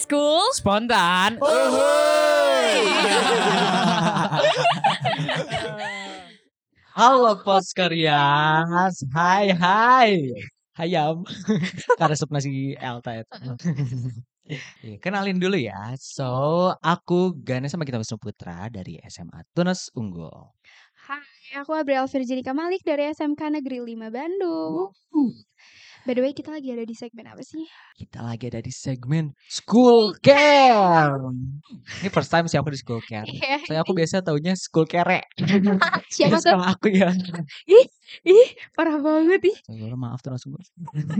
School Spontan. Halo Poskarias. Hai. Hayam. Karena masih Elta itu. Kenalin dulu ya. So, aku Ganes sama kita Wisnu Putra dari SMA Tunas Unggul. Hai, aku Abriel Virginika Malik dari SMK Negeri 5 Bandung. By the way, kita lagi ada di segmen apa sih? Kita lagi ada di segmen School Care. Ini first time sih aku di School Care. Iya. Soalnya aku biasa taunya School Care. Siapa tuh? Sama aku ya. Ih, parah banget ih. Maaf Tunas Unggul.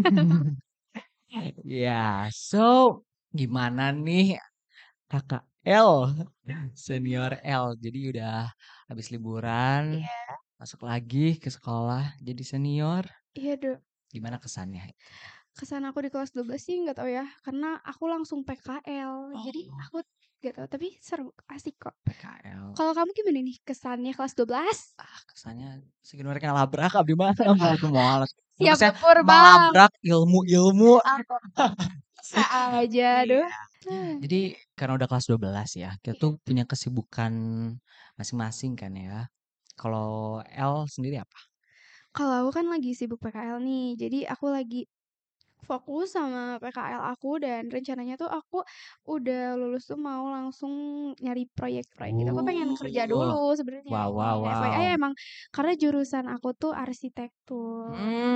Ya, so gimana nih kakak L, senior L. Jadi udah habis liburan, masuk lagi ke sekolah jadi senior. Iya, Dok. Gimana kesannya? Kesan aku di kelas 12 sih nggak tahu ya, karena aku langsung PKL. Jadi aku nggak tahu, tapi seru, asik kok. PKL. Kalau kamu gimana nih kesannya kelas 12? Kesannya sebenarnya kayak labrak abdi mah aku moal. Siap Maksudnya tempur, Bang. melabrak ilmu-ilmu. Bisa aja, Duh. Jadi karena udah kelas 12 ya, kita tuh punya kesibukan masing-masing kan ya. Kalau L sendiri apa? Kalau aku kan lagi sibuk PKL nih, jadi aku lagi fokus sama PKL aku dan rencananya tuh aku udah lulus tuh mau langsung nyari proyek-proyek gitu. Aku pengen kerja dulu sebenarnya. Wow. FYI emang karena jurusan aku tuh arsitektur.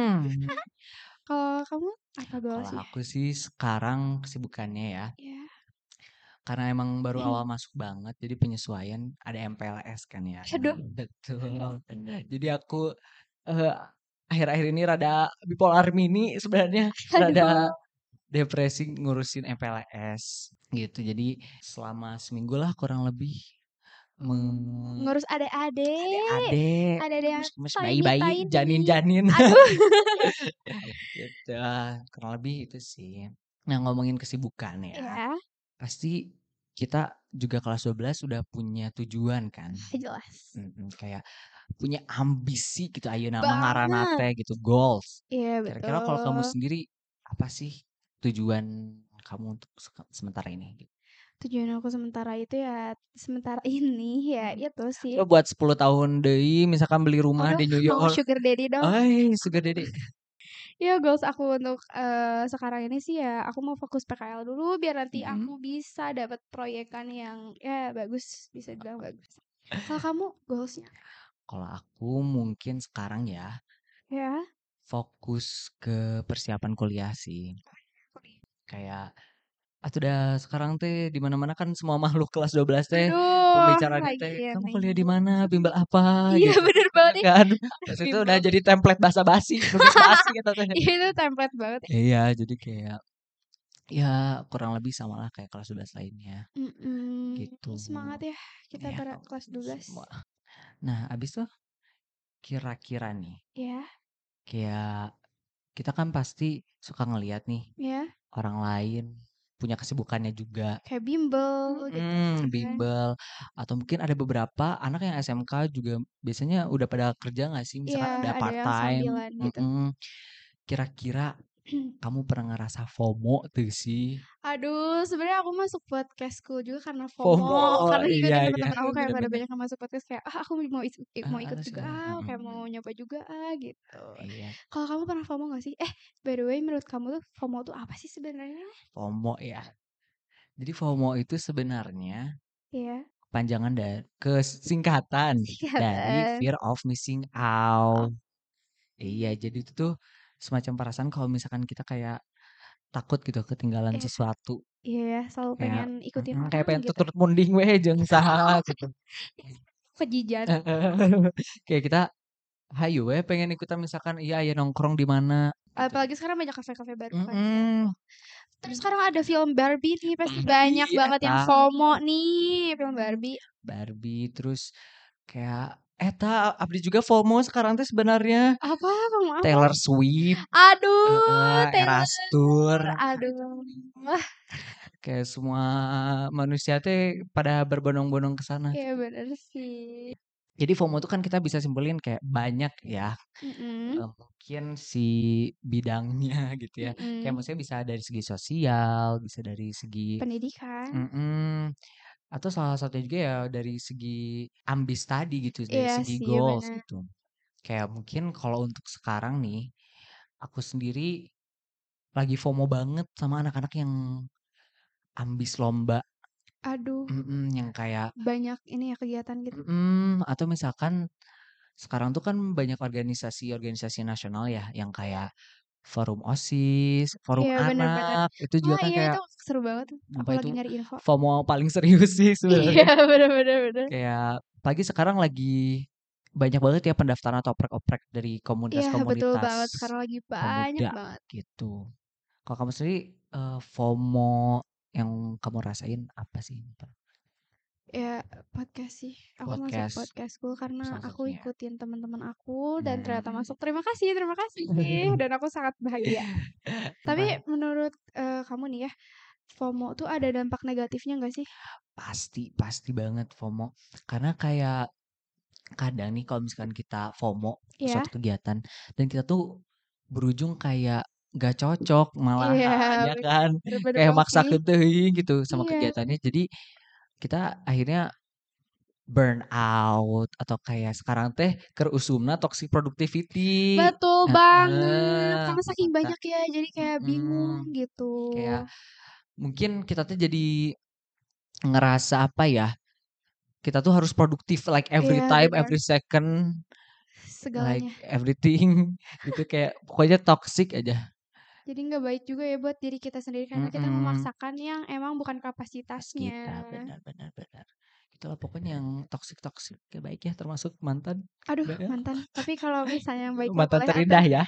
Kalau kamu apa Kalau goalsnya? aku sih sekarang kesibukannya ya, Ya. karena emang baru awal masuk banget, jadi penyesuaian ada MPLS kan ya. Aduh. Betul. Jadi aku akhir-akhir ini rada bipolar mini sebenarnya, rada depresi ngurusin MPLS gitu. Jadi selama seminggu lah kurang lebih Ngurus adik-adik. Adik-adik yang bayi-bayi, tiny. janin-janin. Aduh. Gitu. Kurang lebih itu sih. Nah, ngomongin kesibukan ya. Ya, Pasti kita juga kelas 12 udah punya tujuan kan. jelas. Kayak punya ambisi gitu ayeuna Banget. mengarana teh gitu, goals. Iya, betul. Kira-kira kalau kamu sendiri apa sih tujuan kamu untuk sementara ini gitu? Tujuan aku sementara ini ya itu sih. So, buat 10 tahun deui misalkan beli rumah di New Mau York. sugar daddy dong. Sugar daddy. Ya goals aku untuk sekarang ini sih ya aku mau fokus PKL dulu biar nanti aku bisa dapat proyekan yang ya bagus, bisa dibilang bagus. Kalau kamu goalsnya? Kalau aku mungkin sekarang ya fokus ke persiapan kuliah sih. Kayak udah sekarang teh di mana-mana kan semua makhluk kelas 12 teh pembicaraan teh kamu kuliah di mana, bimbel apa Iya, gitu. bener banget ya. Kan itu udah jadi template basa-basi, nulis basi gitu teh. Iya, itu template banget. Iya, jadi kayak ya kurang lebih sama lah kayak kelas 12 lainnya. Gitu. Semangat ya kita para kelas 12. Nah, abis tuh kira-kira nih. Ya. Kayak kita kan pasti suka ngelihat nih orang lain punya kesibukannya juga. Kayak bimbel gitu. Bimbel. Atau mungkin ada beberapa anak yang SMK juga biasanya udah pada kerja gak sih? Misalkan ada part time. Gitu. Kira-kira kamu pernah ngerasa FOMO tuh sih? Aduh, sebenarnya aku masuk podcast school juga karena FOMO. Karena ikutin teman-teman aku kayak pada banyak yang masuk podcast kayak aku mau ikut juga kayak mau nyoba juga gitu. Kalau kamu pernah FOMO gak sih? By the way menurut kamu tuh FOMO tuh apa sih sebenarnya? FOMO ya. Jadi FOMO itu sebenarnya kepanjangan dari kesingkatan dari fear of missing out. Iya, jadi itu tuh semacam perasaan kalau misalkan kita kayak takut gitu ketinggalan sesuatu. Iya, selalu pengen ikutin orang kayak pengen gitu. tutur munding we jeung saha gitu. Kejijan. Kayak kita hayu we pengen ikutan misalkan iya nongkrong di mana. Apalagi sekarang banyak kafe-kafe baru kan. Terus sekarang ada film Barbie nih, pasti banyak banget yang FOMO nih film Barbie. Terus kayak abdi juga FOMO sekarang tuh sebenarnya. Apa? FOMO apa? Taylor Swift. Aduh, Eras Tour. Aduh. Kayak semua manusia teh pada berbondong-bondong ke sana. Iya benar sih. Jadi FOMO itu kan kita bisa simpulin kayak banyak ya mungkin si bidangnya gitu ya. Kayak maksudnya bisa dari segi sosial, bisa dari segi pendidikan. Atau salah satunya juga ya dari segi ambis tadi gitu, dari segi goals gitu. Kayak mungkin kalau untuk sekarang nih, aku sendiri lagi FOMO banget sama anak-anak yang ambis lomba. Aduh. Yang kayak banyak ini ya kegiatan gitu. Atau misalkan sekarang tuh kan banyak organisasi-organisasi nasional ya yang kayak forum OSIS, forum anak, itu juga kan kayak itu seru banget tuh. Aku lagi nyari info. FOMO paling serius sih sebenarnya. Iya, bener. Kayak pagi sekarang lagi banyak banget ya pendaftaran atau oprek-oprek dari komunitas-komunitas. Iya, betul banget. Sekarang lagi banyak pemuda, banget. Gitu. Kalau kamu sendiri FOMO yang kamu rasain apa sih? Ya podcast sih. Aku masuk podcastku karena aku ikutin teman-teman aku dan ternyata masuk. Terima kasih. Dan aku sangat bahagia. Tapi menurut kamu nih ya, FOMO tuh ada dampak negatifnya gak sih? Pasti banget FOMO. Karena kayak kadang nih kalau misalkan kita FOMO suatu kegiatan dan kita tuh berujung kayak gak cocok malahan ya kan. Kayak maksa keteuing gitu sama kegiatannya. Jadi kita akhirnya burn out atau kayak sekarang teh kerusumna toxic productivity. Betul banget. Karena saking banyak ya jadi kayak bingung gitu. Kayak mungkin kita tuh jadi ngerasa apa ya? Kita tuh harus produktif like every time, every second, segalanya. like everything gitu kayak pokoknya toxic aja. Jadi nggak baik juga ya buat diri kita sendiri karena kita memaksakan yang emang bukan kapasitasnya. Benar. Itulah pokoknya yang toxic gak baik ya termasuk mantan. Aduh, mantan. Tapi kalau misalnya yang baik mantan terindah ya.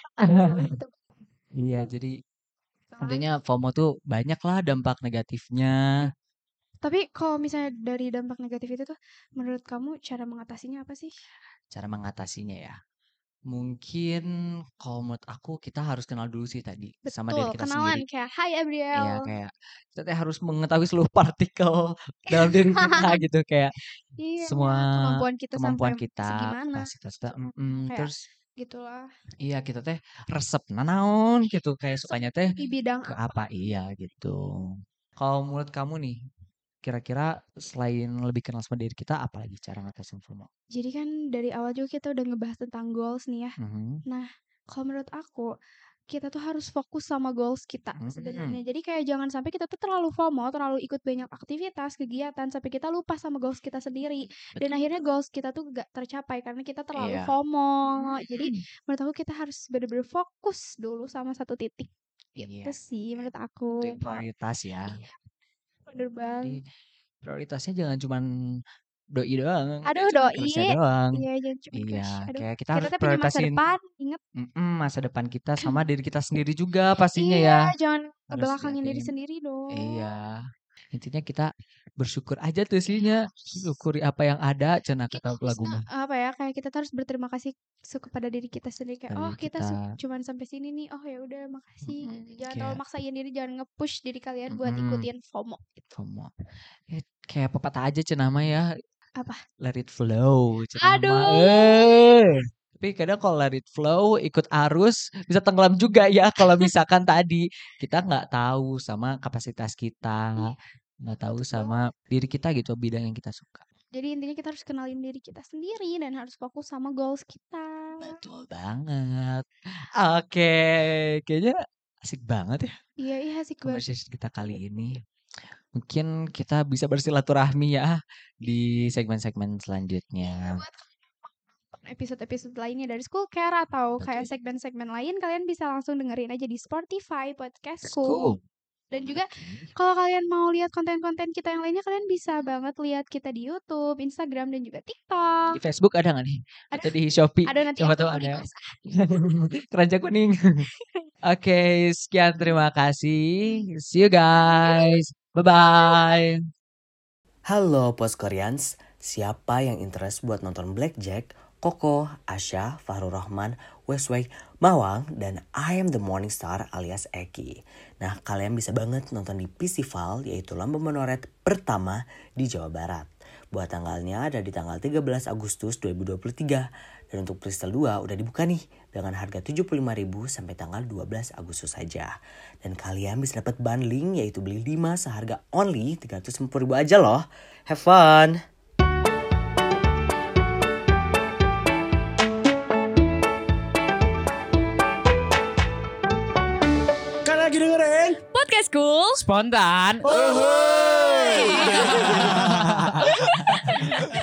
Iya, jadi intinya FOMO tuh banyak lah dampak negatifnya. Tapi kalau misalnya dari dampak negatif itu tuh menurut kamu cara mengatasinya apa sih? Cara mengatasinya ya. Mungkin kalau menurut aku kita harus kenal dulu sih tadi sama diri kita sendiri. Kayak hai Abriel. Iya, kayak kita harus mengetahui seluruh partikel dalam diri kita gitu kayak semua kemampuan kita kapasitas kita. Terus gitulah. Iya, kita teh resep nanaon gitu kayak sukanya teh di bidang ke apa iya gitu. Kalau menurut kamu nih, kira-kira selain lebih kenal sama diri kita, apa lagi cara ngatasin FOMO? Jadi kan dari awal juga kita udah ngebahas tentang goals nih ya. Nah, kalau menurut aku, kita tuh harus fokus sama goals kita sebenarnya. Jadi kayak jangan sampai kita tuh terlalu FOMO, terlalu ikut banyak aktivitas, kegiatan, sampai kita lupa sama goals kita sendiri. Dan akhirnya goals kita tuh gak tercapai karena kita terlalu FOMO. Jadi menurut aku kita harus bener-bener fokus dulu sama satu titik. Gitu sih menurut aku. Itu prioritas ya. Bener banget. Jadi prioritasnya jangan cuman doi doang. Aduh doi. Doang. Iya jangan cuma kayak kita harus prioritasin masa depan, inget. Masa depan kita sama diri kita sendiri juga pastinya ya. Iya, jangan ngebelakangin diri sendiri dong. Iya. Intinya kita bersyukur aja tuh sihnya. Syukuri apa yang ada cenah kata lagu mah. Apa ya, kayak kita harus berterima kasih kepada diri kita sendiri kayak kita cuman sampai sini nih. Oh ya udah makasih. Jangan terlalu maksain diri, jangan nge-push diri kalian buat ikutin FOMO gitu. FOMO. Kayak pepatah aja cenah mah ya. Apa? Let it flow cenah mah. Tapi kadang kalau let it flow ikut arus bisa tenggelam juga ya kalau misalkan tadi kita nggak tahu sama kapasitas kita, nggak tahu sama diri kita gitu bidang yang kita suka. Jadi intinya kita harus kenalin diri kita sendiri dan harus fokus sama goals kita. Betul banget. Oke, kayaknya asik banget ya. Iya asik banget. Conversation kita kali ini. Mungkin kita bisa bersilaturahmi ya di segmen-segmen selanjutnya. Episode-episode lainnya dari School Care atau kayak segmen-segmen lain kalian bisa langsung dengerin aja di Spotify podcastku. Dan juga kalau kalian mau lihat konten-konten kita yang lainnya kalian bisa banget lihat kita di YouTube, Instagram dan juga TikTok. Di Facebook ada nggak nih? Atau di Shopee? Ada nanti. Coba tahu ada. Keranjang kuning. Oke, sekian terima kasih. See you guys. Bye-bye. Halo Post Koreans, siapa yang interest buat nonton Blackjack, Koko, Asya, Fahrul Rahman, Westway, Mawang, dan I Am The Morning Star alias Eki. Nah, kalian bisa banget nonton di festival yaitu Lomba Menoreh pertama di Jawa Barat. Buat tanggalnya ada di tanggal 13 Agustus 2023. Dan untuk Pristel 2 udah dibuka nih dengan harga 75.000 sampai tanggal 12 Agustus saja. Dan kalian bisa dapat bundling yaitu beli 5 seharga only 350.000 aja loh. Have fun! Kan lagi dengerin Podcast Cool Spontan.